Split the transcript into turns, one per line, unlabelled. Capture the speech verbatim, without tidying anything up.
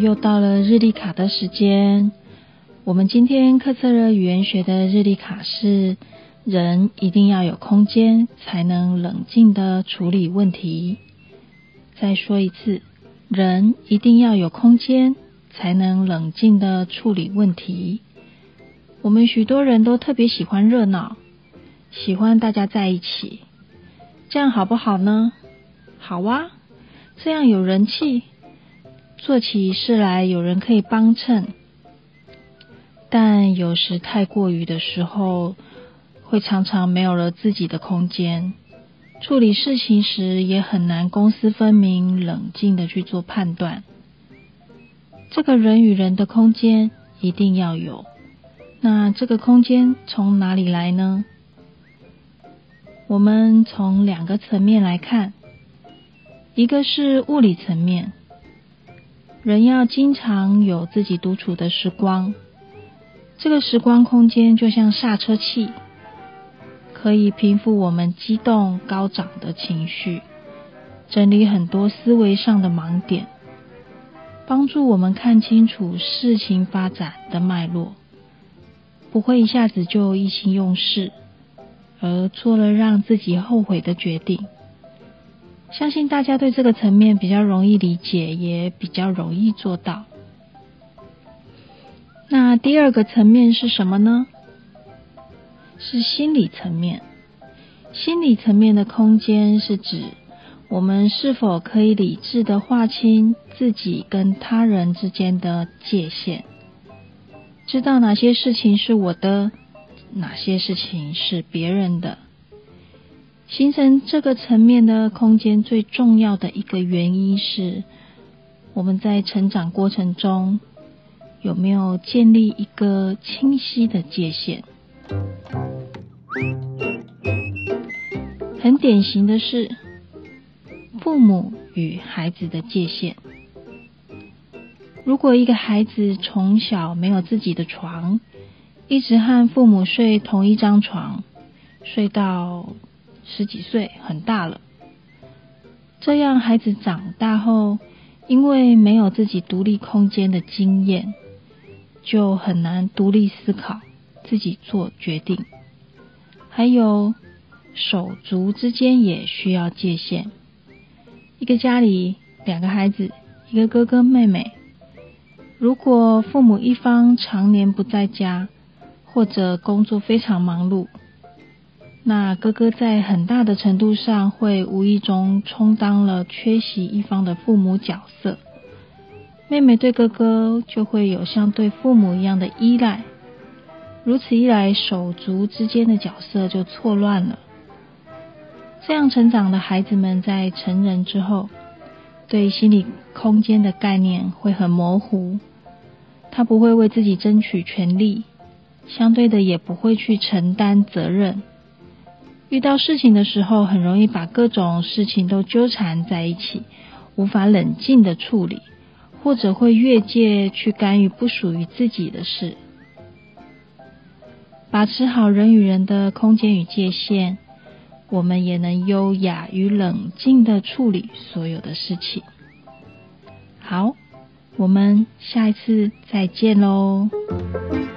又到了日历卡的时间。我们今天克测热语言学的日历卡是：人一定要有空间，才能冷静地处理问题。再说一次，人一定要有空间，才能冷静地处理问题。我们许多人都特别喜欢热闹，喜欢大家在一起，这样好不好呢？好啊，这样有人气，做起事来有人可以帮衬。但有时太过于的时候，会常常没有了自己的空间，处理事情时也很难公私分明，冷静地去做判断。这个人与人的空间一定要有，那这个空间从哪里来呢？我们从两个层面来看，一个是物理层面，人要经常有自己独处的时光，这个时光空间就像刹车器，可以平复我们激动高涨的情绪，整理很多思维上的盲点，帮助我们看清楚事情发展的脉络，不会一下子就意气用事，而做了让自己后悔的决定。相信大家对这个层面比较容易理解，也比较容易做到。那第二个层面是什么呢？是心理层面。心理层面的空间是指我们是否可以理智地划清自己跟他人之间的界限，知道哪些事情是我的，哪些事情是别人的。形成这个层面的空间最重要的一个原因是，我们在成长过程中有没有建立一个清晰的界限。很典型的是父母与孩子的界限。如果一个孩子从小没有自己的床，一直和父母睡同一张床，睡到十几岁很大了，这样孩子长大后，因为没有自己独立空间的经验，就很难独立思考，自己做决定。还有手足之间也需要界限。一个家里两个孩子，一个哥哥妹妹，如果父母一方常年不在家，或者工作非常忙碌，那哥哥在很大的程度上会无意中充当了缺席一方的父母角色，妹妹对哥哥就会有像对父母一样的依赖，如此一来，手足之间的角色就错乱了。这样成长的孩子们在成人之后，对心理空间的概念会很模糊，他不会为自己争取权利，相对的也不会去承担责任。遇到事情的时候，很容易把各种事情都纠缠在一起，无法冷静的处理，或者会越界去干预不属于自己的事。把持好人与人的空间与界限，我们也能优雅与冷静地处理所有的事情。好，我们下一次再见喽。